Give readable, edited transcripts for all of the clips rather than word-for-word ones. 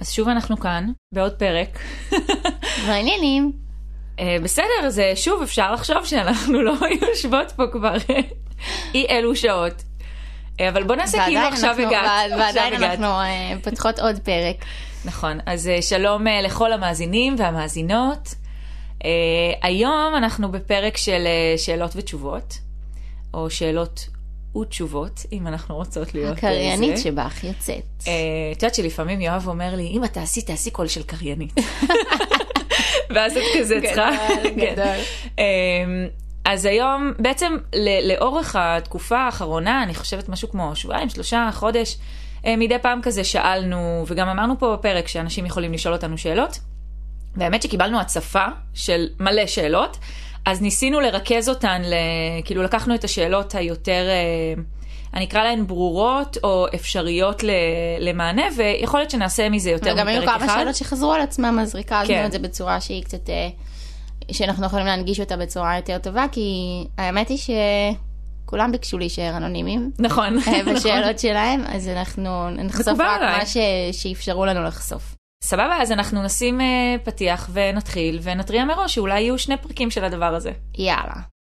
אז שוב אנחנו כאן, בעוד פרק. מעניינים. בסדר, אז שוב אפשר לחשוב שאנחנו לא יושבות פה כבר אי אלו שעות. אבל בוא נעשה כאילו עכשיו הגעת. ועדיין אנחנו פותחות עוד פרק. נכון, אז שלום לכל המאזינים והמאזינות. היום אנחנו בפרק של שאלות ותשובות, או שאלות ותשובות, אם אנחנו רוצות להיות הקריינית שבך יוצאת. את יודעת שלפעמים יואב אומר לי, אם את תעשי קול של קריינית. ואז את כזה צריכה. גדול. אז היום, בעצם לאורך התקופה האחרונה, אני חושבת משהו כמו 2-3 חודש, מדי פעם כזה שאלנו, וגם אמרנו פה בפרק שאנשים יכולים לשאול אותנו שאלות, והאמת שקיבלנו הצפה של מלא שאלות, אז ניסינו לרכז אותן, כאילו לקחנו את השאלות היותר, אני אקרא להן ברורות או אפשריות למענה, ויכול להיות שנעשה מזה יותר מפרק אחד. וגם היו כמה שאלות שחזרו על עצמם, אז ריכזנו את זה בצורה שהיא קצת, שאנחנו יכולים להנגיש אותה בצורה יותר טובה, כי האמת היא שכולם ביקשו להישאר אנונימיים. נכון. בשאלות שלהם, אז אנחנו נחשוף רק מה שאפשרו לנו לחשוף. סבבה, אז אנחנו נשים פתיח ונתחיל ונטריע מראש, שאולי יהיו 2 פרקים של הדבר הזה. יאללה.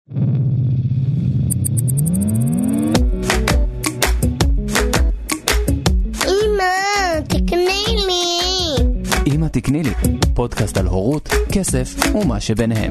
אמא, תקני לי. אמא תקני לי, פודקאסט על הורות, כסף ומה שביניהם.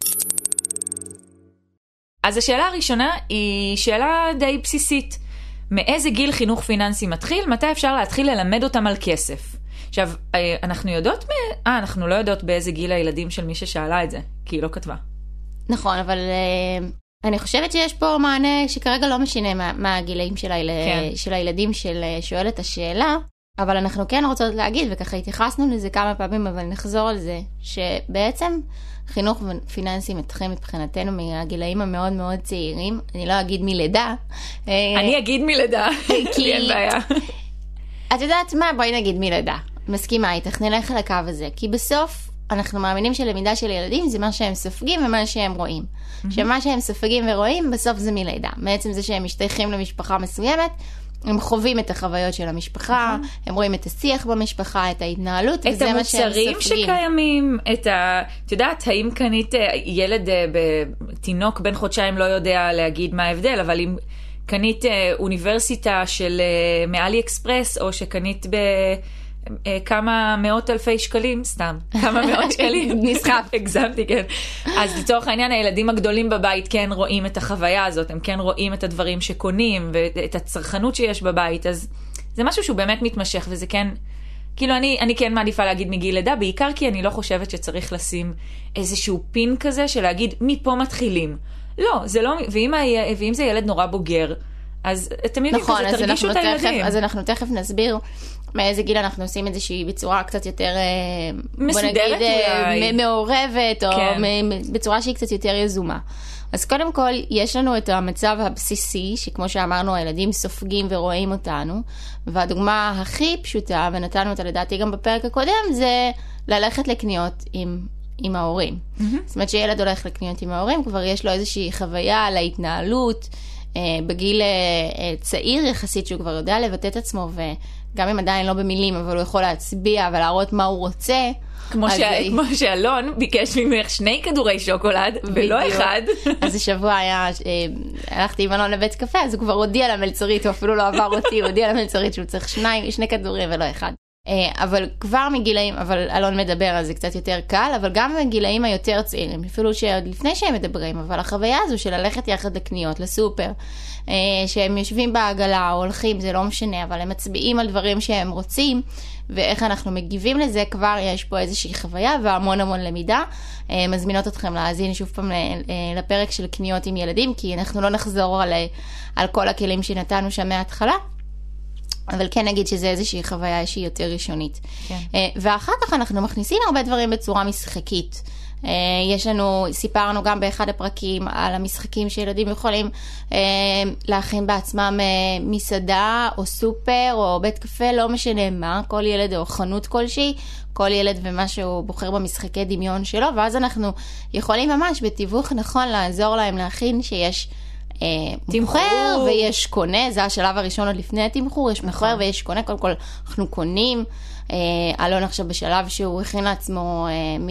אז השאלה הראשונה היא שאלה די בסיסית. מאיזה גיל חינוך פיננסי מתחיל? מתי אפשר להתחיל ללמד אותם על כסף? עכשיו, אנחנו יודעות, אנחנו לא יודעות באיזה גיל הילדים של מי ששאלה את זה, כי היא לא כתבה. נכון, אבל אני חושבת שיש פה מענה שכרגע לא משנה מה הגילאים של הילדים של שואל את השאלה, אבל אנחנו כן רוצות להגיד, וככה התייחסנו לזה כמה פעמים, אבל נחזור על זה, שבעצם חינוך פיננסי מתחיל מבחינתנו מהגילאים המאוד מאוד צעירים, אני לא אגיד מלידה. אני אגיד מלידה, כי אין בעיה. את יודעת מה? בואי נגיד מלידה. מסכימה איתך, נלך על הקו הזה. כי בסוף אנחנו מאמינים שלמידה של ילדים זה מה שהם סופגים ומה שהם רואים. שמה שהם סופגים ורואים בסוף זה מלידה. בעצם זה שהם משתייכים למשפחה מסוימת, הם חווים את החוויות של המשפחה, הם רואים את השיח במשפחה, את ההתנהלות, וזה מה שהם סופגים. את המוצרים שקיימים, את יודעת, האם קנית ילד תינוק בן חודשיים לא יודע להגיד מה ההבדל, אבל אם קנית אוניברסיטה של מאלי אקספרס, או שקנית בכמה מאות אלפי שקלים, סתם, כמה מאות שקלים. נסחף. הגזמתי, כן. אז לצורך העניין, הילדים הגדולים בבית כן רואים את החוויה הזאת, הם כן רואים את הדברים שקונים, ואת הצרכנות שיש בבית, אז זה משהו שהוא באמת מתמשך, וזה כן, כאילו אני כן מעדיפה להגיד מגיל לידה, בעיקר כי אני לא חושבת שצריך לשים איזשהו פין כזה, של להגיד, מפה מתחילים. לא, זה לא, ואם זה ילד נורא בוגר, אז אתם יודעים, נכון, כזה, תרגישו את הילדים. אז אנחנו תכף נסביר מאיזה גיל אנחנו עושים את זה שהיא בצורה קצת יותר, מסודרת אולי. מעורבת, או כן. בצורה שהיא קצת יותר יזומה. אז קודם כל, יש לנו את המצב הבסיסי, שכמו שאמרנו, הילדים סופגים ורואים אותנו, והדוגמה הכי פשוטה, ונתנו אותה לדעתי גם בפרק הקודם, זה ללכת לקניות עם ההורים. זאת אומרת שילד הולך לקניות עם ההורים, כבר יש לו איזושהי חוויה על ההתנהלות, בגיל צעיר יחסית שהוא כבר יודע לבטא את עצמו, וגם אם עדיין לא במילים, אבל הוא יכול להצביע ולהראות מה הוא רוצה. כמו שאלון ביקש ממך 2 כדורי שוקולד, ולא אחד. אז השבוע הלכתי עם אלון לבית קפה, אז הוא כבר הודיע למלצרית, הוא אפילו לא עבר אותי, הוא הודיע למלצרית שהוא צריך 2 כדורים ולא אחד. אבל כבר מגילאים, אבל אלון מדבר על זה קצת יותר קל, אבל גם מגילאים היותר צעירים, אפילו שעוד לפני שהם מדברים, אבל החוויה הזו של ללכת יחד לקניות, לסופר, שהם יושבים בעגלה או הולכים, זה לא משנה, אבל הם מצביעים על דברים שהם רוצים, ואיך אנחנו מגיבים לזה, כבר יש פה איזושהי חוויה והמון המון למידה. מזמינות אתכם להאזין שוב פעם לפרק של קניות עם ילדים, כי אנחנו לא נחזור על כל הכלים שנתנו שם מההתחלה, אבל כן נגיד שזה איזושהי חוויה שהיא יותר ראשונית. כן. ואחר כך אנחנו מכניסים הרבה דברים בצורה משחקית. יש לנו, סיפרנו גם באחד הפרקים על המשחקים שילדים יכולים להכין בעצמם מסעדה או סופר או בית קפה, לא משנה מה, כל ילד או חנות כלשהי, כל ילד ומה שהוא בוחר במשחקי דמיון שלו, ואז אנחנו יכולים ממש בתיווך נכון לעזור להם להכין שיש מוכר ויש קונה, זה השלב הראשון עוד לפני התמחור, יש מוכר ויש קונה, קודם כל אנחנו קונים, אלון עכשיו בשלב שהוא הכין לעצמו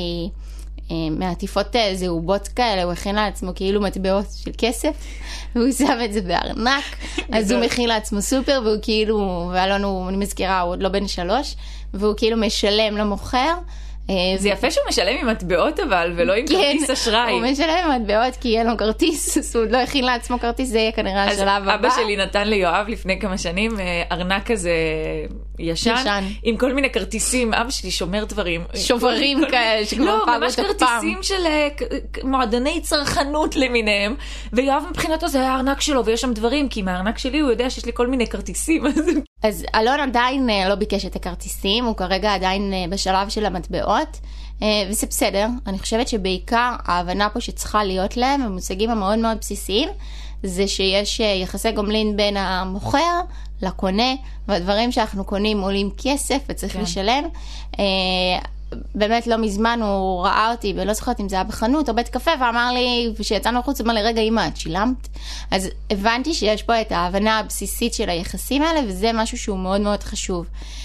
מעטיפות זהובות כאלה, הוא הכין לעצמו כאילו מטבעות של כסף, והוא שם את זה בארנק, אז הוא מכין לעצמו סופר, והוא כאילו, ואלון הוא, אני מזכירה, הוא עוד לא בן 3, והוא כאילו משלם למוכר, זה יפה שהוא משלם עם מטבעות אבל, ולא עם כרטיס אשראי. הוא משלם עם מטבעות כי יהיה לו כרטיס, אז הוא לא הכין לעצמו כרטיס, זה יהיה כנראה השלב הבא. אבא שלי נתן ליואב לפני כמה שנים ארנק כזה ישן, עם כל מיני כרטיסים, אבא שלי שומר דברים. שוברים כאלה, שכבר פעם ממש כרטיסים של מועדוני צרכנות למיניהם, ויואב מבחינתו זה היה הארנק שלו, ויש שם דברים, כי מהארנק שלי הוא יודע שיש לי כל מיני כרטיסים. אז אלון עדיין לא ביקש את הכרטיסים, הוא כרגע עדיין בשלב של המטבעות, וזה בסדר. אני חושבת שבעיקר ההבנה פה שצריכה להיות להם, המושגים המאוד מאוד בסיסיים, זה שיש יחסי גומלין בין המוכר לקונה, והדברים שאנחנו קונים עולים כסף וצריך לשלם. באמת לא מזמן הוא ראה אותי, ולא זוכרת אם זה היה בחנות או בית קפה, ואמר לי, כשיצאנו לחוץ, אמר לי, רגע, אמא, את שילמת? אז הבנתי שיש פה את ההבנה הבסיסית של היחסים האלה, וזה משהו שהוא מאוד מאוד חשוב.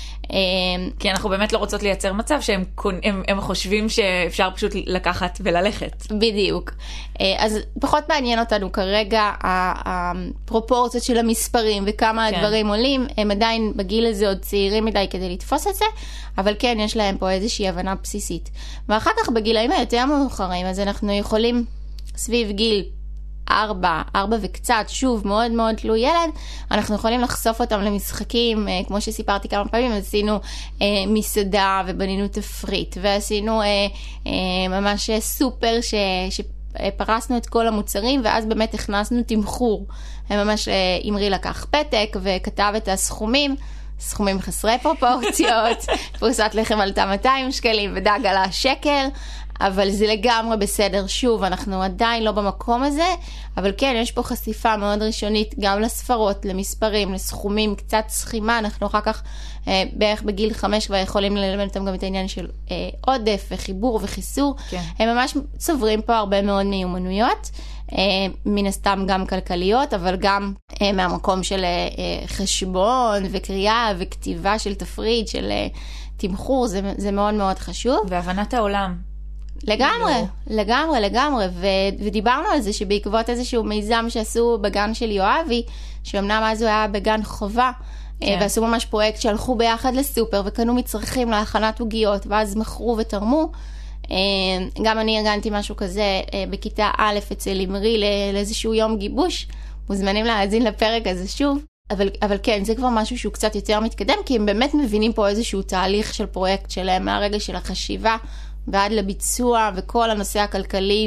כי אנחנו באמת לא רוצות לייצר מצב שהם חושבים שאפשר פשוט לקחת וללכת. בדיוק. אז פחות מעניין אותנו כרגע הפרופורציות של המספרים וכמה הדברים עולים. הם עדיין בגיל הזה עוד צעירים מדי כדי לתפוס את זה, אבל כן יש להם פה איזושהי הבנה בסיסית. ואחר כך בגילאים היותר מאוחרים, אז אנחנו יכולים סביב גיל 4 וקצת, שוב, מאוד מאוד תלוי ילד, אנחנו יכולים לחשוף אותם למשחקים, כמו שסיפרתי כמה פעמים, עשינו מסעדה ובנינו תפריט, ועשינו ממש סופר שפרסנו את כל המוצרים, ואז באמת הכנסנו תמחור. ממש אמרי לקח פתק וכתב את הסכומים, סכומים חסרי פרופורציות, פרוסת לחם עלתה 200 שקלים ודג עלה שקל, אבל זה לגמרי בסדר. שוב, אנחנו עדיין לא במקום הזה, אבל כן, יש פה חשיפה מאוד ראשונית גם לספרות, למספרים, לסכומים, קצת סכימה. אנחנו אחר כך בערך בגיל 5 כבר יכולים ללמד אותם גם את העניין של עודף וחיבור וחיסור. כן. הם ממש צוברים פה הרבה מאוד מיומנויות, מן הסתם גם כלכליות, אבל גם מהמקום של חשבון וקריאה וכתיבה של תפריט, של תמחור, זה מאוד מאוד חשוב. והבנת העולם. לגמרי, ודיברנו על זה שבעקבות איזשהו מיזם שעשו בגן של יואבי, שאומנם אז הוא היה בגן חובה, ועשו ממש פרויקט שהלכו ביחד לסופר וקנו מצרכים להכנת עוגיות, ואז מכרו ותרמו. גם אני ארגנתי משהו כזה בכיתה א' אצל אמרי לאיזשהו יום גיבוש, מוזמנים להאזין לפרק הזה שוב. אבל כן, זה כבר משהו שהוא קצת יותר מתקדם, כי הם באמת מבינים פה איזשהו תהליך של פרויקט שלהם, מהרגע של החשיבה ועד לביצוע, וכל הנושא הכלכלי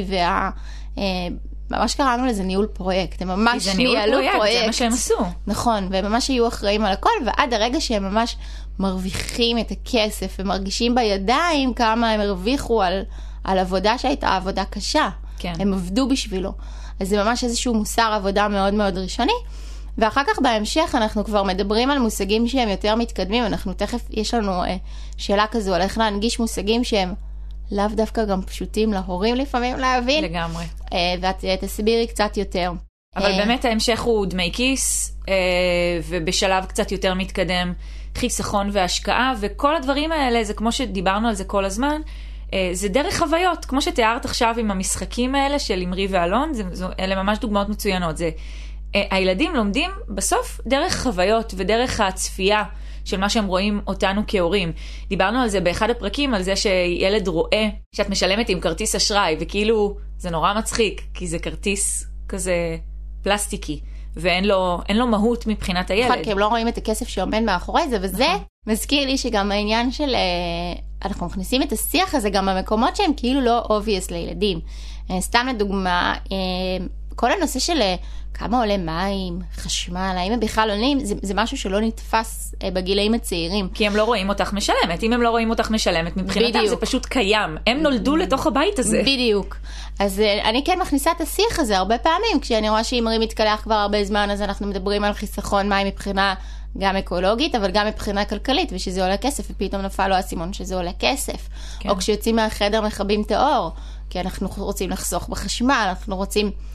ממש קראנו לזה ניהול פרויקט. הם ממש ניהלו פרויקט. זה מה שהם עשו. נכון, והם ממש היו אחראים על הכל, ועד הרגע שהם ממש מרוויחים את הכסף, ומרגישים בידיים כמה הם הרוויחו על עבודה שהייתה עבודה קשה. כן. הם עבדו בשבילו. אז זה ממש איזשהו מוסר עבודה מאוד מאוד ראשוני. ואחר כך בהמשך אנחנו כבר מדברים על מושגים שהם יותר מתקדמים. אנחנו תכף, יש לנו שאלה כזו על איך להנגיש מושגים שהם לאו דווקא גם פשוטים להורים לפעמים להבין. לגמרי. ואת תסבירי קצת יותר. אבל באמת ההמשך הוא דמי כיס, ובשלב קצת יותר מתקדם חיסכון והשקעה, וכל הדברים האלה, זה כמו שדיברנו על זה כל הזמן, זה דרך חוויות, כמו שתיארת עכשיו עם המשחקים האלה של אמרי ואלון, אלה ממש דוגמאות מצוינות. זה, הילדים לומדים בסוף דרך חוויות ודרך הצפייה של מה שהם רואים אותנו כהורים. דיברנו על זה באחד הפרקים, על זה שילד רואה שאת משלמת עם כרטיס אשראי, וכאילו זה נורא מצחיק, כי זה כרטיס כזה פלסטיקי, ואין לו מהות מבחינת הילד. נכון, כי הם לא רואים את הכסף שעומד מאחורי זה, וזה מזכיר לי שגם העניין של, אנחנו מכניסים את השיח הזה גם במקומות שהם כאילו לא obvious לילדים. סתם לדוגמה, כל הנושא של כמה עולה מים, חשמל, האם הם בכלל עולים, זה משהו שלא נתפס בגילאים הצעירים. כי הם לא רואים אותך משלמת. אם הם לא רואים אותך משלמת, מבחינתם זה פשוט קיים. הם נולדו לתוך הבית הזה. בדיוק. אז אני כן מכניסה את השיח הזה הרבה פעמים, כשאני רואה שאמרי מתקלח כבר הרבה זמן, אז אנחנו מדברים על חיסכון מים מבחינה גם אקולוגית, אבל גם מבחינה כלכלית, ושזה עולה כסף, ופתאום נפל לו הסימון שזה עולה כסף. כן. או כשיוצאים מהחדר מכבים את האור, כי אנחנו רוצים לחסוך בחשמל, אנחנו רוצים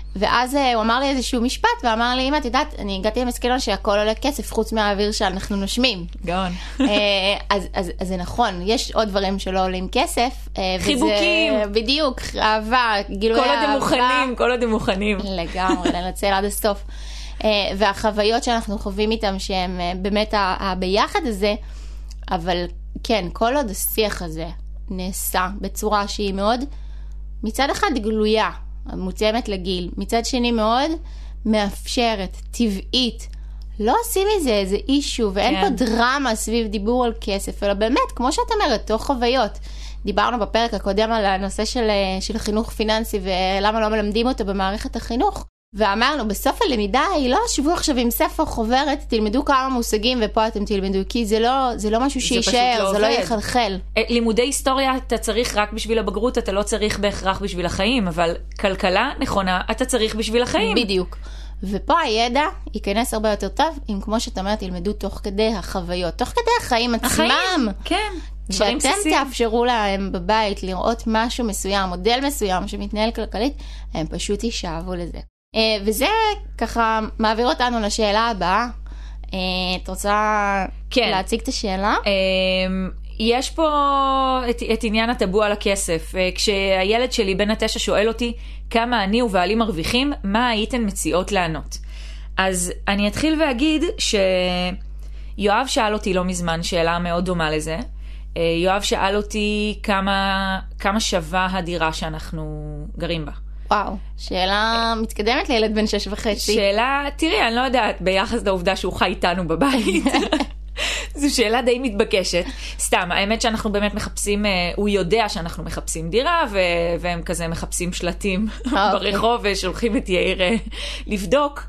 ואז הוא אמר לי איזשהו משפט, ואמר לי, אמא, את יודעת, אני הגעתי למסקנה שהכל עולה כסף, חוץ מהאוויר שאנחנו נושמים. גאון. אז זה נכון, יש עוד דברים שלא עולים כסף. חיבוקים. בדיוק, אהבה, גילוי אהבה. כל עוד הם מוכנים. לגמרי, לנצל עד הסוף. והחוויות שאנחנו חווים איתם, שהם באמת הביחד הזה, אבל כן, כל עוד השיח הזה נעשה בצורה שהיא מאוד, מצד אחד גלויה, מותאמת לגיל, מצד שני מאוד מאפשרת, טבעית, לא עושים מזה איזה אישו, ואין פה דרמה סביב דיבור על כסף, אלא באמת, כמו שאת אומרת, תוך חוויות. דיברנו בפרק הקודם על הנושא של חינוך פיננסי, ולמה לא מלמדים אותו במערכת החינוך. ואמרנו, בסוף הלמידה היא לא שבו עכשיו עם ספר חוברת, תלמדו כמה מושגים ופה אתם תלמדו, כי זה לא משהו שישאר, זה לא יחלחל. לימודי היסטוריה אתה צריך רק בשביל הבגרות, אתה לא צריך בהכרח בשביל החיים, אבל כלכלה נכונה אתה צריך בשביל החיים. בדיוק. ופה הידע ייכנס הרבה יותר טוב, אם כמו שאת אומרת, תלמדו תוך כדי החוויות, תוך כדי החיים עצמם. כן. שאתם תאפשרו להם בבית לראות משהו מסוים, מודל מסוים שמתנהל כלכלית, הם פשוט יישאבו לזה. וזה ככה מעביר אותנו לשאלה הבאה. את רוצה להציג את השאלה? יש פה את עניין הטבוע על הכסף. כשהילד שלי בן 9 שואל אותי כמה אני ובעלי מרוויחים, מה הייתן מציעות לענות? אז אני אתחיל ואגיד שיואב שאל אותי לא מזמן שאלה מאוד דומה לזה. יואב שאל אותי כמה שווה הדירה שאנחנו גרים בה. וואו, שאלה מתקדמת לילד בן 6.5. שאלה, תראי, אני לא יודעת, ביחס לעובדה שהוא חי איתנו בבית. זו שאלה די מתבקשת. סתם, האמת שאנחנו באמת מחפשים, הוא יודע שאנחנו מחפשים דירה, והם כזה מחפשים שלטים ברחוב, ושולחים את יאיר לבדוק.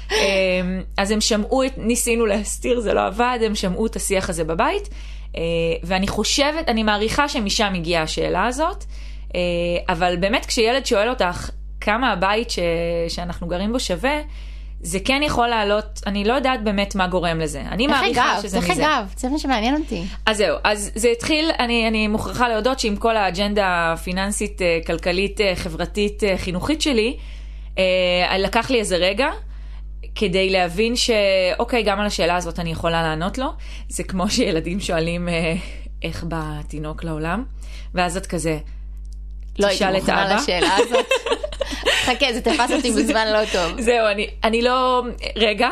אז הם שמעו, ניסינו להסתיר, זה לא עבד, הם שמעו את השיח הזה בבית, ואני חושבת, אני מעריכה שמשם הגיעה השאלה הזאת, אבל באמת כשילד שואל אותך כמה הבית שאנחנו גרים בו שווה, זה כן יכול לעלות, אני לא יודעת באמת מה גורם לזה. אני מעריכה שזה מזה. איך אגב? זה מה שמעניין אותי. אז זהו, אז זה התחיל, אני מוכרחה להודות שעם כל האג'נדה הפיננסית, כלכלית, חברתית, חינוכית שלי, לקח לי איזה רגע, כדי להבין שאוקיי, גם על השאלה הזאת אני יכולה לענות לו. זה כמו שילדים שואלים איך בא תינוק לעולם, ואז את כזה, לא הייתי מוכנה לשאלה הזאת. חכה, זה תפס אותי בזמן לא טוב. זהו, אני לא... רגע.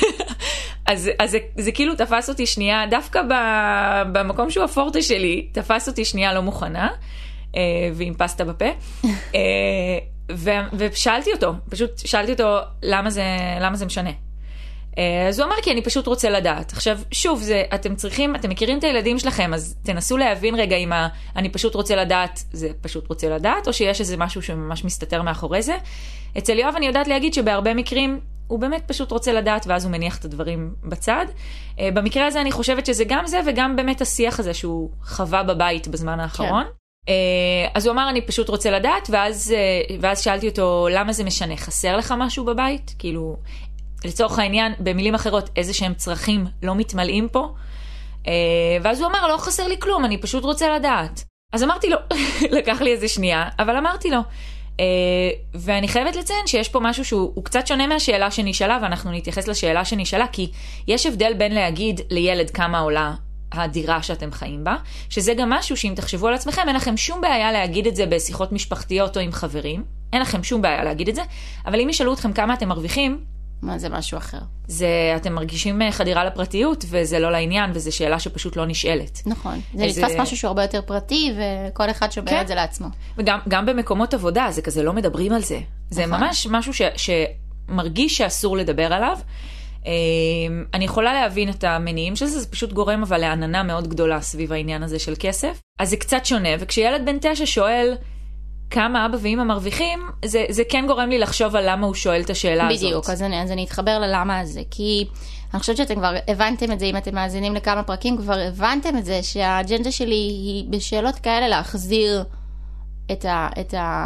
אז זה כאילו תפס אותי שנייה, דווקא במקום שהוא הפורטה שלי, תפס אותי שנייה לא מוכנה, ועם פסטה בפה. ושאלתי אותו, פשוט שאלתי אותו למה זה משנה. אז הוא אמר כי אני פשוט רוצה לדעת. עכשיו, שוב, אתם מכירים את הילדים שלכם, אז תנסו להבין רגע אם אני פשוט רוצה לדעת, זה פשוט רוצה לדעת, או שיש איזה משהו שממש מסתתר מאחורי זה. אצל יואב אני יודעת להגיד שבהרבה מקרים הוא באמת פשוט רוצה לדעת, ואז הוא מניח את הדברים בצד. במקרה הזה אני חושבת שזה גם זה, וגם באמת השיח הזה שהוא חווה בבית בזמן האחרון. כן. אז הוא אמר אני פשוט רוצה לדעת, ואז שאלתי אותו למה זה משנה, חסר לך משהו בבית? כאילו... לצורך העניין, במילים אחרות, איזה שהם צרכים לא מתמלאים פה. ואז הוא אמר, לא חסר לי כלום, אני פשוט רוצה לדעת. אז אמרתי לו, לקח לי איזה שנייה, אבל אמרתי לו. ואני חייבת לציין שיש פה משהו שהוא קצת שונה מהשאלה שנשאלה, ואנחנו נתייחס לשאלה שנשאלה, כי יש הבדל בין להגיד לילד כמה עולה הדירה שאתם חיים בה, שזה גם משהו שאם תחשבו על עצמכם, אין לכם שום בעיה להגיד את זה בשיחות משפחתיות או עם חברים, אין לכם שום בעיה להגיד את זה, אבל אם ישאלו אתכם כמה אתם מרוויחים, מה זה משהו אחר? אתם מרגישים חדירה לפרטיות, וזה לא לעניין, וזו שאלה שפשוט לא נשאלת. נכון. זה נתפס משהו שהוא הרבה יותר פרטי, וכל אחד שומע את זה לעצמו. וגם במקומות עבודה, זה כזה לא מדברים על זה. זה ממש משהו שמרגיש שאסור לדבר עליו. אני יכולה להבין את המניעים של זה, זה פשוט גורם אבל לעננה מאוד גדולה סביב העניין הזה של כסף. אז זה קצת שונה, וכשילד בן 9 שואל, כמה אבא ואמא מרוויחים, זה כן גורם לי לחשוב על למה הוא שואל את השאלה הזאת. בדיוק, אז אני אתחבר ללמה הזה, כי אני חושבת שאתם כבר הבנתם את זה, אם אתם מאזינים לכמה פרקים, כבר הבנתם את זה, שהאג'נדה שלי היא בשאלות כאלה להחזיר את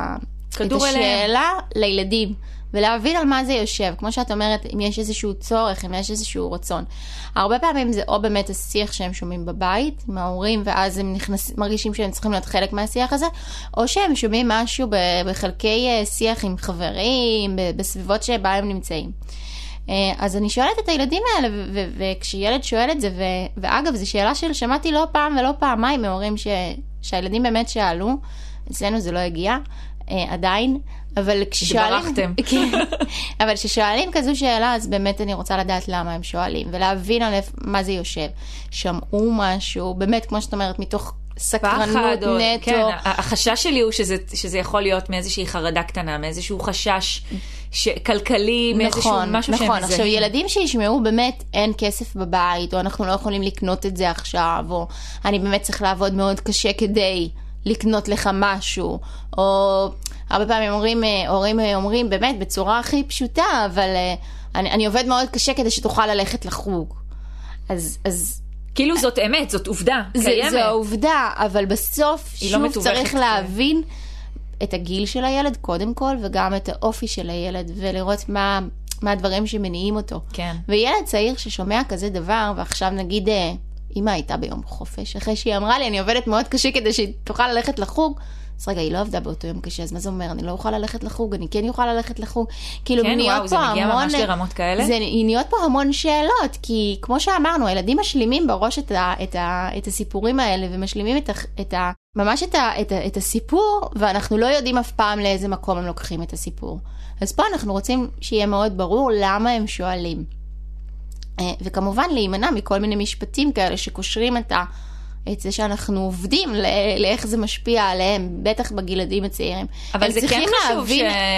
את השאלה לילדים, ולהבין על מה זה יושב. כמו שאת אומרת, אם יש איזשהו צורך, אם יש איזשהו רצון. הרבה פעמים זה או באמת השיח שהם שומעים בבית, עם ההורים, ואז הם מרגישים שהם צריכים להיות חלק מהשיח הזה, או שהם שומעים משהו בחלקי שיח עם חברים, בסביבות שבה הם נמצאים. אז אני שואלת את הילדים האלה, וכשילד שואל את זה, ואגב, זו שאלה ששמעתי לא פעם ולא פעמיים מהורים שהילדים באמת שאלו, אצלנו זה לא הגיע, עדיין, אבל כששואלים, אבל כששואלים כזו שאלה, אז באמת אני רוצה לדעת למה הם שואלים, ולהבין על מה זה יושב. שמעו משהו, באמת, כמו שאת אומרת, מתוך סקרנות נטו. כן, החשש שלי הוא שזה יכול להיות מאיזושהי חרדה קטנה, מאיזשהו חשש כלכלי, מאיזשהו משהו שהם מזהים. עכשיו, ילדים שישמעו באמת אין כסף בבית, או אנחנו לא יכולים לקנות את זה עכשיו, או אני באמת צריך לעבוד מאוד קשה כדי לקנות לך משהו, או הרבה פעמים הורים אומרים באמת בצורה הכי פשוטה, אבל אני עובד מאוד קשה כדי שתוכל ללכת לחוג. אז כאילו זאת אמת, זאת עובדה קיימת. זו עובדה, אבל בסוף שוב צריך להבין את הגיל של הילד קודם כל, וגם את האופי של הילד, ולראות מה הדברים שמניעים אותו. כן. וילד צעיר ששומע כזה דבר, ועכשיו נגיד אמא הייתה ביום חופש, אחרי שהיא אמרה לי, אני עובדת מאוד קשה כדי שהיא תוכל ללכת לחוג, אז רגע, היא לא עבדה באותו יום קשה, אז מה זה אומר? אני לא אוכל ללכת לחוג, אני כן אוכל ללכת לחוג. כאילו, כן, וואו, זה מגיע ממש לרמות כאלה? זה נהיות פה המון שאלות, כי כמו שאמרנו, הילדים משלימים בראש את הסיפורים האלה, ומשלימים ממש את הסיפור, ואנחנו לא יודעים אף פעם לאיזה מקום הם לוקחים את הסיפור. אז פה אנחנו רוצים שיהיה מאוד ברור למה הם שואלים. וכמובן להימנע מכל מיני משפטים כאלה שקושרים את זה שאנחנו עובדים, לאיך זה משפיע עליהם, בטח בגילדים הצעירים. אבל זה כן חשוב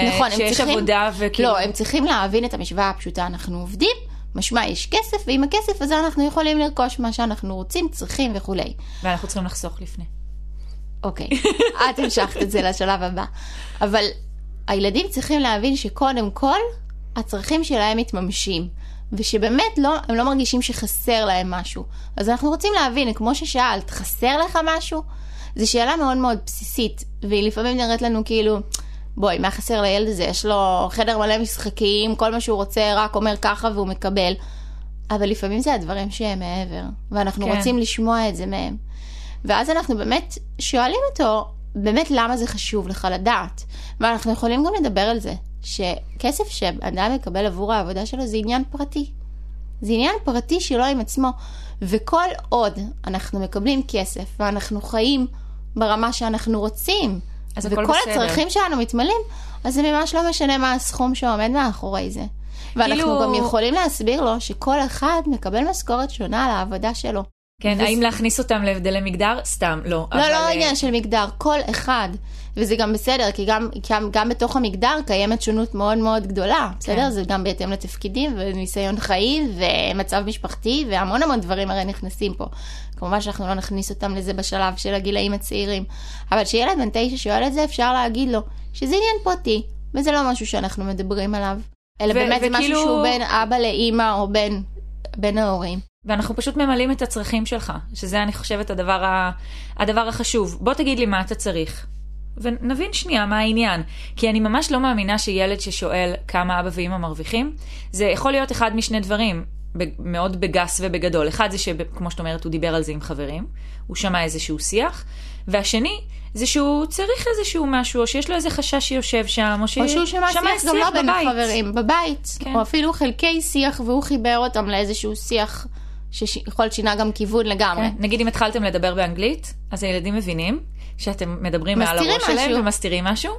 שיש עבודה וכאילו... לא, הם צריכים להבין את המשוואה הפשוטה, אנחנו עובדים, משמע יש כסף, ועם הכסף הזה אנחנו יכולים לרכוש מה שאנחנו רוצים, צריכים וכו'. ואנחנו צריכים לחסוך לפני. אוקיי, את המשכת את זה לשלב הבא. אבל הילדים צריכים להבין שקודם כל, הצרכים שלהם מתממשים. ושבאמת הם לא מרגישים שחסר להם משהו. אז אנחנו רוצים להבין, כמו ששאלת, חסר לך משהו? זו שאלה מאוד מאוד בסיסית, והיא לפעמים נראית לנו כאילו, בואי, מה חסר לילד הזה? יש לו חדר מלא משחקים, כל מה שהוא רוצה רק אומר ככה והוא מקבל. אבל לפעמים זה הדברים שהם מעבר, ואנחנו רוצים לשמוע את זה מהם. ואז אנחנו באמת שואלים אותו, באמת למה זה חשוב לך לדעת? ואנחנו יכולים גם לדבר על זה. שכסף שאדם מקבל עבור העבודה שלו זה עניין פרטי. זה עניין פרטי שלו עם עצמו. וכל עוד אנחנו מקבלים כסף ואנחנו חיים ברמה שאנחנו רוצים, וכל הצרכים שלנו מתמלאים, אז זה ממש לא משנה מה הסכום שעומד מאחורי זה. ואנחנו גם יכולים להסביר לו שכל אחד מקבל משכורת שונה על העבודה שלו. כן, האם להכניס אותם להבדלי מגדר? סתם, לא. לא עניין של מגדר, כל אחד. וזה גם בסדר, כי גם בתוך המגדר קיימת שונות מאוד מאוד גדולה. בסדר? זה גם בהתאם לתפקידים וניסיון חיים ומצב משפחתי והמון המון דברים הרי נכנסים פה. כמובן שאנחנו לא נכניס אותם לזה בשלב של הגילאים הצעירים. אבל שילד בן 9 שואל את זה, אפשר להגיד לו שזה עניין פרטי, וזה לא משהו שאנחנו מדברים עליו. אלא באמת זה משהו שהוא בין אבא לאמא או בין ההורים. ואנחנו פשוט ממלאים את הצרכים שלך, שזה אני חושבת הדבר החשוב. בוא תגיד לי מה אתה צריך. ונבין שנייה מה העניין. כי אני ממש לא מאמינה שילד ששואל כמה אבא ואמא מרוויחים, זה יכול להיות אחד משני דברים, מאוד בגס ובגדול. אחד זה שכמו שאת אומרת, הוא דיבר על זה עם חברים, הוא שמע איזשהו שיח, והשני זה שהוא צריך איזשהו משהו, או שיש לו איזה חשש שיושב שם, או שהוא שמע שיח גם לא בין החברים, בבית, כן. או אפילו חלקי שיח, והוא חיבר אותם לאיזשהו שיח שיכול להיות שינה גם כיוון לגמרי. כן. נגיד אם התחלתם לדבר באנגלית, אז הילדים מבינים שאתם מדברים מעל הראש שלהם ומסתירים משהו,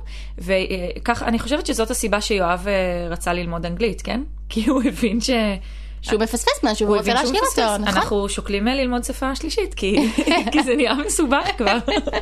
וכך אני חושבת שזאת הסיבה שיואב רצה ללמוד אנגלית, כן? כי הוא הבין שהוא מפספס משהו, הוא רוצה להשאיר אותו, נכון? אנחנו שוקלים ללמוד שפה שלישית, כי זה נראה מסובך כבר.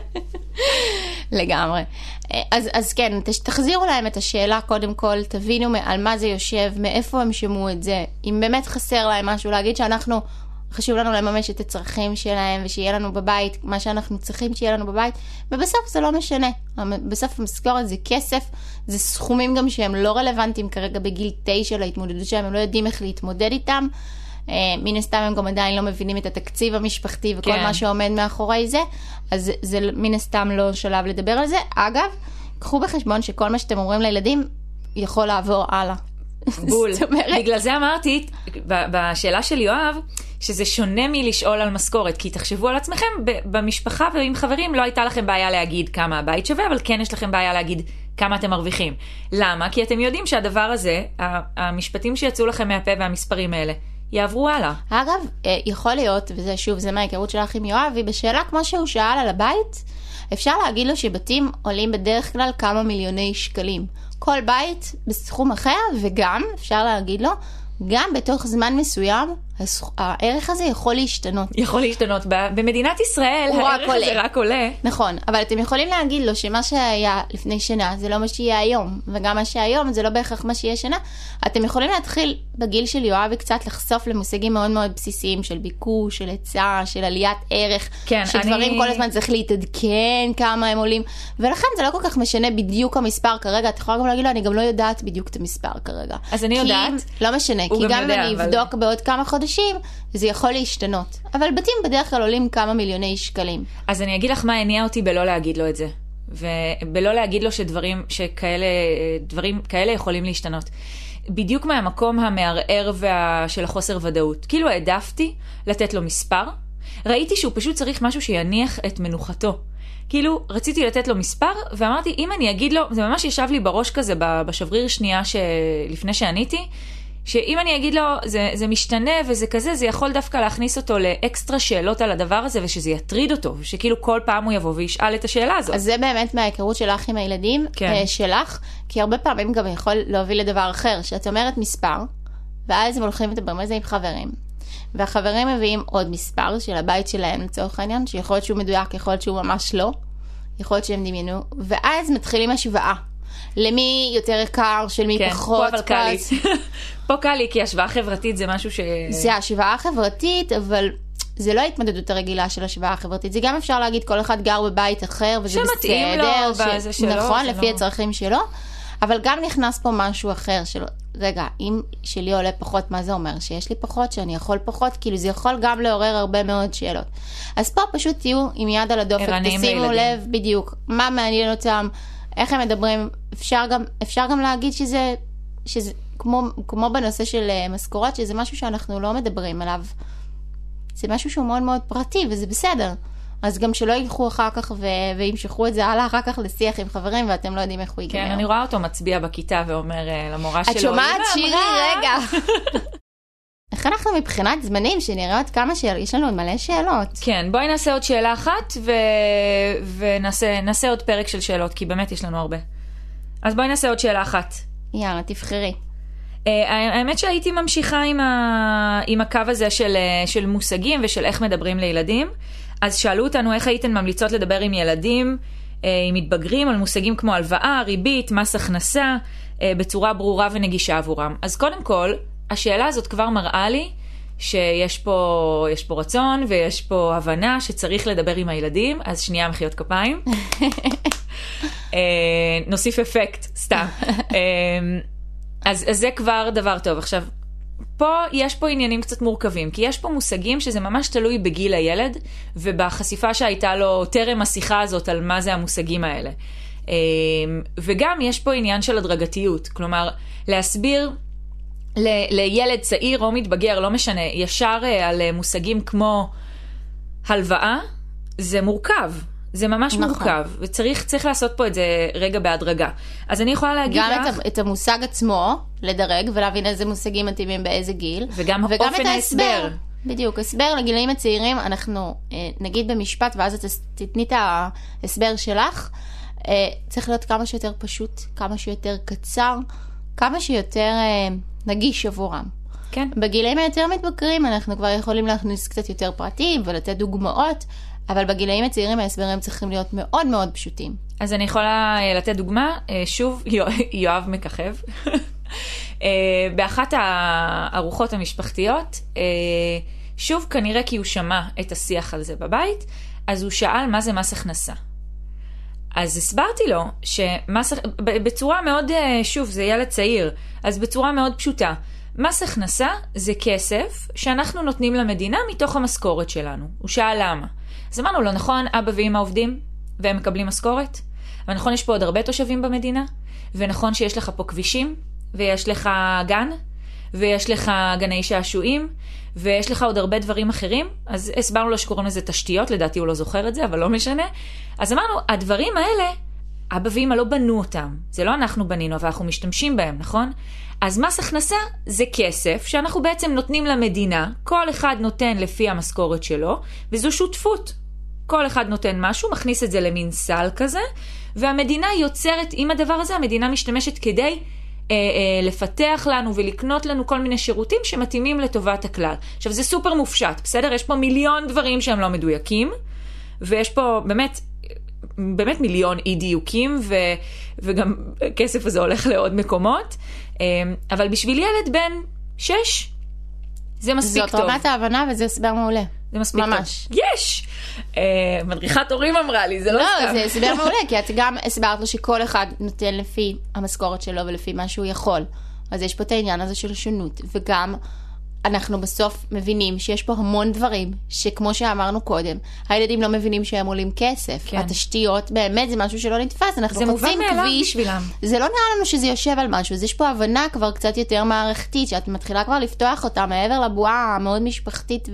לגמרי. אז כן, תחזירו להם את השאלה, קודם כל, תבינו על מה זה יושב, מאיפה הם שמעו את זה, אם באמת חסר להם משהו, להגיד שאנחנו, חשוב לנו לממש את הצרכים שלהם, ושיהיה לנו בבית, מה שאנחנו צריכים שיהיה לנו בבית, ובסוף זה לא משנה. בסוף המשכורת זה כסף, זה סכומים גם שהם לא רלוונטיים כרגע בגיל 9 להתמודדות שלהם, הם לא יודעים איך להתמודד איתם, מן הסתם הם גם עדיין לא מבינים את התקציב המשפחתי וכל מה שעומד מאחורי זה, אז זה מן הסתם לא שלב לדבר על זה. אגב, קחו בחשבון שכל מה שאתם אומרים לילדים יכול לעבור הלאה. בול. בגלל זה אמרתי, בשאלה של יואב, שזה שונה מלשאול על משכורת, כי תחשבו על עצמכם, במשפחה ועם חברים לא הייתה לכם בעיה להגיד כמה הבית שווה, אבל כן יש לכם בעיה להגיד כמה אתם מרוויחים. למה? כי אתם יודעים שהדבר הזה, המשפטים שיצאו לכם מהפה והמספרים האלה, יעברו הלאה. אגב, יכול להיות, וזה שוב, זה מההיכרות שלך עם יואבי, בשאלה כמו שהוא שאל על הבית, אפשר להגיד לו שבתים עולים בדרך כלל כמה מיליוני שקלים. כל בית בסכום אחר, וגם, אפשר להגיד לו, גם בתוך זמן מסוים, הערך הזה יכול להשתנות. יכול להשתנות. במדינת ישראל, הערך הזה רק עולה. נכון, אבל אתם יכולים להגיד לו שמה שהיה לפני שנה, זה לא מה שיהיה היום, וגם מה שהיום, זה לא בהכרח מה שיהיה שנה. אתם יכולים להתחיל בגיל של יואבי קצת לחשוף למושגים מאוד מאוד בסיסיים, של ביקוש, של היצע, של עליית ערך, כן, שדברים כל הזמן צריך להתעדכן כמה הם עולים, ולכן זה לא כל כך משנה בדיוק המספר כרגע, את יכולה גם להגיד לו, אני גם לא יודעת בדיוק את המספר כרגע. אז אני יודעת. לא משנה, כי גם אם אני אבדוק בעוד כמה חודשים, זה יכול להשתנות. אבל בתים בדרך כלל עולים כמה מיליוני שקלים. אז אני אגיד לך מה הניע אותי בלא להגיד לו את זה. ובלא להגיד לו שדברים כאלה יכולים להשתנות. בדיוק מהמקום המערער של החוסר ודאות. כאילו העדפתי לתת לו מספר. ראיתי שהוא פשוט צריך משהו שיניח את מנוחתו. כאילו רציתי לתת לו מספר, ואמרתי, אם אני אגיד לו, זה ממש ישב לי בראש כזה בשבריר שנייה לפני שעניתי, שאם אני אגיד לו, זה משתנה וזה כזה, זה יכול דווקא להכניס אותו לאקסטרה שאלות על הדבר הזה, ושזה יטריד אותו, שכאילו כל פעם הוא יבוא וישאל את השאלה הזאת. אז זה באמת מההיכרות שלך עם הילדים, כן. שלך, כי הרבה פעמים גם יכול להוביל לדבר אחר, שאת אומרת מספר, ואז הם הולכים לדבר על זה עם חברים. והחברים מביאים עוד מספר של הבית שלהם לצורך העניין, שיכול להיות שהוא מדויק, יכול להיות שהוא ממש לא, יכול להיות שהם דמיינו, ואז מתחילים השוואה. למי יותר יקר, של מי כן, פחות. פה אבל קל לי. פה קל לי, כי השוואה חברתית זה משהו זה השוואה חברתית, אבל זה לא ההתמודדות הרגילה של השוואה החברתית. זה גם אפשר להגיד, כל אחד גר בבית אחר, וזה שמתאים בסדר. לו, וזה שלו. נכון, זה לפי לא... הצרכים שלו. אבל גם נכנס פה משהו אחר, של רגע, אם שלי עולה פחות, מה זה אומר? שיש לי פחות, שאני יכול פחות, כאילו זה יכול גם לעורר הרבה מאוד שאלות. אז פה פשוט תהיו עם יד על הדופק, תשימו לב בדיוק, מה מעניין אותם, איך הם מדברים, אפשר גם להגיד שזה כמו בנושא של משכורות, שזה משהו שאנחנו לא מדברים עליו. זה משהו שהוא מאוד מאוד פרטי, וזה בסדר. אז גם שלא ילכו אחר כך וימשכו את זה הלאה אחר כך לשיח עם חברים, ואתם לא יודעים איך הוא ייגמר. כן, אני רואה אותו מצביע בכיתה ואומר למורה שלו. את שומעת שירי רגע. איך אנחנו מבחינת זמנים, שנראה עוד כמה יש לנו עוד מלא שאלות. כן, בואי נעשה עוד שאלה אחת, ונעשה עוד פרק של שאלות, כי באמת יש לנו הרבה. אז בואי נעשה עוד שאלה אחת. יאללה, תבחרי. האמת שהייתי ממשיכה עם הקו הזה של מושגים ושל איך מדברים לילדים. אז שאלו אותנו איך הייתן ממליצות לדבר עם ילדים, עם מתבגרים, על מושגים כמו הלוואה, ריבית, מס הכנסה, בצורה ברורה ונגישה עבורם. אז קודם כל, השאלה הזאת כבר מראה לי שיש פה רצון ויש פה הבנה שצריך לדבר עם הילדים, אז שנייה מחיאות כפיים. נוסיף אפקט, סתם. אז זה כבר דבר טוב. עכשיו, יש פה עניינים קצת מורכבים, כי יש פה מושגים שזה ממש תלוי בגיל הילד, ובחשיפה שהייתה לו טרם השיחה הזאת על מה זה המושגים האלה. וגם יש פה עניין של הדרגתיות, כלומר, להסביר לילד צעיר או מתבגר, לא משנה, ישר על מושגים כמו הלוואה, זה מורכב. זה ממש מורכב, וצריך לעשות פה את זה רגע בהדרגה. אז אני יכולה להגיד לך... גם את המושג עצמו, לדרג, ולהבין איזה מושגים מתאימים באיזה גיל. וגם אופן ההסבר. בדיוק, הסבר לגילאים הצעירים, אנחנו נגיד במשפט, ואז את תתני את ההסבר שלך, צריך להיות כמה שיותר פשוט, כמה שיותר קצר, כמה שיותר נגיש עבורם. כן. בגילאים היותר מתבגרים, אנחנו כבר יכולים להכניס קצת יותר פרטים, ולתת דוגמאות, אבל בגילאים הצעירים ההסברים צריכים להיות מאוד מאוד פשוטים. אז אני יכולה לתת דוגמה, שוב, יואב מככב. באחת הארוחות המשפחתיות, שוב כנראה כי הוא שמע את השיח על זה בבית, אז הוא שאל מה זה מס הכנסה. אז הסברתי לו בצורה מאוד, שוב, זה ילד צעיר, אז בצורה מאוד פשוטה, מס הכנסה זה כסף שאנחנו נותנים למדינה מתוך המשכורת שלנו. הוא שאל למה. אז אמרנו לו, נכון, אבא ואמא עובדים והם מקבלים משכורת? ונכון, יש פה עוד הרבה תושבים במדינה, ונכון שיש לך פה כבישים, ויש לך גן, ויש לך גני שעשועים, ויש לך עוד הרבה דברים אחרים. אז הסברנו לו שקוראים לזה תשתיות, לדעתי הוא לא זוכר את זה, אבל לא משנה. אז אמרנו, הדברים האלה, אבא ואמא לא בנו אותם. זה לא אנחנו בנינו, אבל אנחנו משתמשים בהם, נכון? אז מס הכנסה זה כסף שאנחנו בעצם נותנים למדינה, כל אחד נותן לפי המשכורת שלו, וזו שותפות. כל אחד נותן משהו, מכניס את זה למין סל כזה, והמדינה יוצרת, עם הדבר הזה, המדינה משתמשת כדי לפתח לנו ולקנות לנו כל מיני שירותים שמתאימים לטובת הכלל. עכשיו, זה סופר מופשט, בסדר? יש פה מיליון דברים שהם לא מדויקים, ויש פה באמת מיליון אי דיוקים, וגם הכסף הזה הולך לעוד מקומות, אבל בשביל ילד בן 6, זה מספיק טוב. זאת רמת ההבנה וזה הסבר מעולה. זה מספיק ממש. טוב. יש! מדריכת הורים אמרה לי, זה לא סתם. לא, זה הסבר מעולה, כי את גם הסברת לו שכל אחד נותן לפי המשכורת שלו ולפי מה שהוא יכול. אז יש פה את העניין הזה של שונות, וגם אנחנו בסוף מבינים שיש פה המון דברים שכמו שאמרנו קודם, הילדים לא מבינים שהם עולים כסף. כן. התשתיות באמת זה משהו שלא נתפס. אנחנו חוצים כביש, זה לא נראה לנו שזה יושב על משהו. אז יש פה הבנה כבר קצת יותר מערכתית, שאת מתחילה כבר לפתוח אותה מעבר לבועה המאוד משפחתית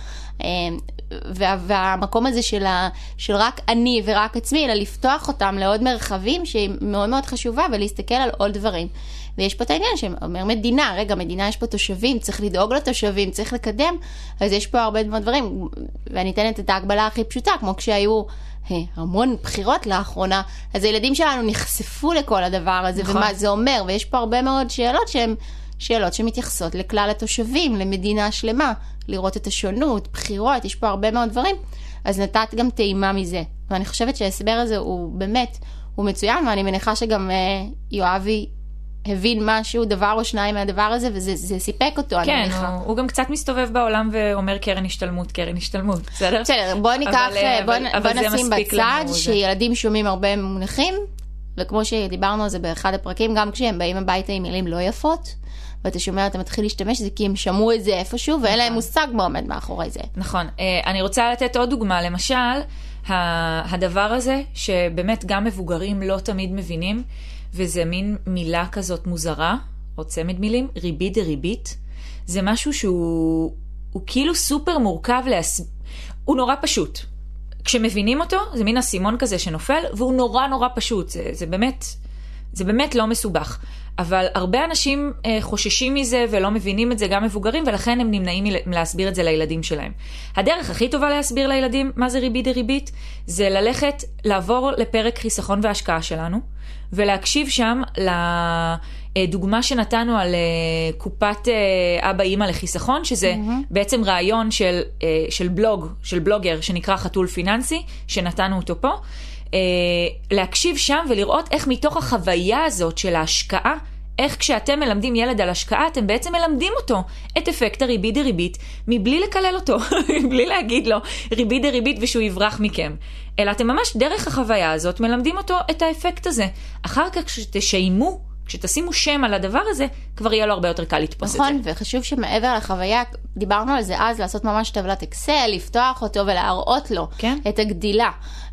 והמקום הזה של רק אני ורק עצמי, אלא לפתוח אותם לעוד מרחבים שהיא מאוד מאוד חשובה, ולהסתכל על עוד דברים. ויש פה את העניין שאומר מדינה, רגע, מדינה יש פה תושבים, צריך לדאוג לתושבים, צריך לקדם, אז יש פה הרבה דברים, ואני אתנת את ההגבלה הכי פשוטה, כמו כשהיו המון בחירות לאחרונה, אז הילדים שלנו נחשפו לכל הדבר הזה, נכון. ומה זה אומר, ויש פה הרבה מאוד שאלות שהן שאלות שמתייחסות לכלל התושבים, למדינה שלמה, לראות את השונות, בחירות, יש פה הרבה מאוד דברים, אז נתת גם טעימה מזה, ואני חושבת שההסבר הזה הוא באמת, הוא מצוין, ואני מניחה שגם יואבי הבין משהו, דבר או שניים מהדבר הזה, וזה סיפק אותו, כן, אני מניחה. הוא גם קצת מסתובב בעולם ואומר קרן השתלמות, קרן השתלמות, בסדר? בסדר, בוא ניקח, בוא נשים בצד שילדים שומעים הרבה מונחים, וכמו שדיברנו על זה באחד הפרקים, גם כשהם באים הביתה עם מילים לא יפות, ואתה שומע, אתה מתחיל להשתמש, זה כי הם שמעו את זה איפשהו, ואין להם מושג מה עומד מאחורי זה. נכון. אני רוצה לתת עוד דוגמה, למשל, הדבר הזה, שבאמת גם מבוגרים לא תמיד מבינים, וזה מין מילה כזאת מוזרה, או צמד מילים, ריבית דריבית. זה משהו שהוא כאילו סופר מורכב, הוא נורא פשוט. כשמבינים אותו, זה מין הסימון כזה שנופל, והוא נורא נורא פשוט. זה באמת לא מסובך. אבל הרבה אנשים חוששים מזה ולא מבינים את זה, גם מבוגרים, ולכן הם נמנעים להסביר את זה לילדים שלהם. הדרך הכי טובה להסביר לילדים מה זה ריבית דריבית, זה ללכת, לעבור לפרק חיסכון והשקעה שלנו, ולהקשיב שם לדוגמה שנתנו על קופת אבא אמא לחיסכון, שזה בעצם רעיון של בלוגר שנקרא חתול פיננסי, שנתנו אותו פה, להקשיב שם ולראות איך מתוך החוויה הזאת של ההשקעה, איך כשאתם מלמדים ילד על השקעה, אתם בעצם מלמדים אותו את אפקט הריבית דריבית, מבלי לקלל אותו, מבלי להגיד לו ריבית דריבית ושהוא יברח מכם. אלא אתם ממש דרך החוויה הזאת מלמדים אותו את האפקט הזה. אחר כך כשתשיימו, כשתשימו שם על הדבר הזה, כבר יהיה לו הרבה יותר קל לתפוס את זה. נכון, וחשוב שמעבר לחוויה, דיברנו על זה אז, לעשות ממש טבלת אקסל, לפתוח אותו ולהראות לו את הגדילה.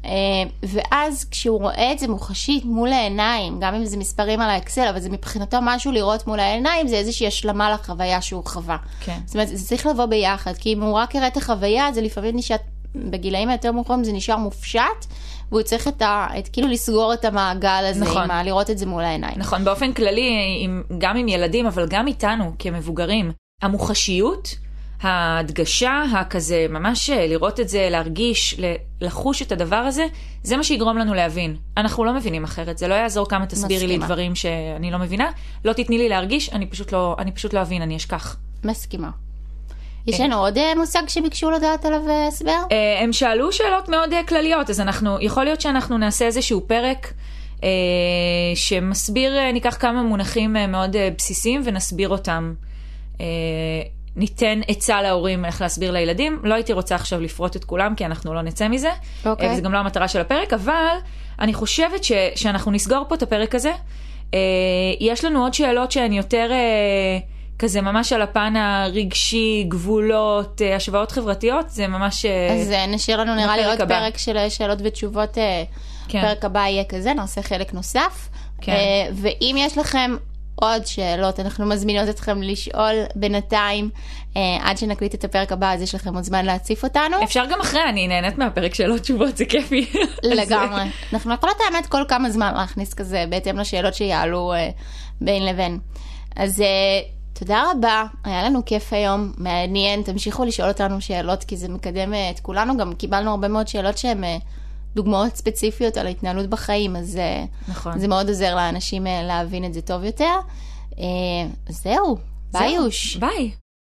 ואז כשהוא רואה את זה מוחשית מול העיניים, גם אם זה מספרים על האקסל, אבל זה מבחינתו משהו לראות מול העיניים, זה איזושהי השלמה לחוויה שהוא חווה. זאת אומרת, זה צריך לבוא ביחד, כי אם הוא רק יראה את החוויה, זה לפעמים נשאר, בגילאים היותר מאוחרים זה נשאר מופשט, והוא צריך כאילו לסגור את המעגל הזה, נכון. לראות את זה מול העיניים. נכון, באופן כללי, גם עם ילדים, אבל גם איתנו כמבוגרים, המוחשיות, ההדגשה, הכזה, ממש לראות את זה, להרגיש, לחוש את הדבר הזה, זה מה שיגרום לנו להבין. אנחנו לא מבינים אחרת, זה לא יעזור כמה תסבירי לי דברים שאני לא מבינה, לא תתני לי להרגיש, אני פשוט לא אבין, אני אשכח. מסכימה. יש לנו עוד מושג שביקשו לדעת עליו הסבר? הם שאלו שאלות מאוד כלליות, אז יכול להיות שאנחנו נעשה איזשהו פרק שמסביר, ניקח כמה מונחים מאוד בסיסיים ונסביר אותם. ניתן עצה להורים איך להסביר לילדים. לא הייתי רוצה עכשיו לפרוט את כולם, כי אנחנו לא נצא מזה. וזה גם לא המטרה של הפרק, אבל אני חושבת שאנחנו נסגור פה את הפרק הזה. יש לנו עוד שאלות שהן יותר כזה ממש על הפן הרגשי, גבולות, השוואות חברתיות, זה ממש... אז נשאיר לנו נראה לי עוד הבא. פרק של שאלות ותשובות, כן. פרק הבא יהיה כזה, נעשה חלק נוסף. כן. ואם יש לכם עוד שאלות, אנחנו מזמינות אתכם לשאול בינתיים, עד שנקליט את הפרק הבא, אז יש לכם עוד זמן להציף אותנו. אפשר גם אחרי, אני נהנית מהפרק שאלות תשובות, זה כיפי. לגמרי. אנחנו יכולות האמת כל כמה זמן להכניס כזה, בהתאם לשאלות שיעלו בין לבין. אז תודה רבה, היה לנו כיף היום, מעניין, תמשיכו לשאול אותנו שאלות, כי זה מקדם את כולנו, גם קיבלנו הרבה מאוד שאלות שהן דוגמאות ספציפיות על ההתנהלות בחיים, אז נכון. זה מאוד עוזר לאנשים להבין את זה טוב יותר. זהו, ביי יוש. ביי.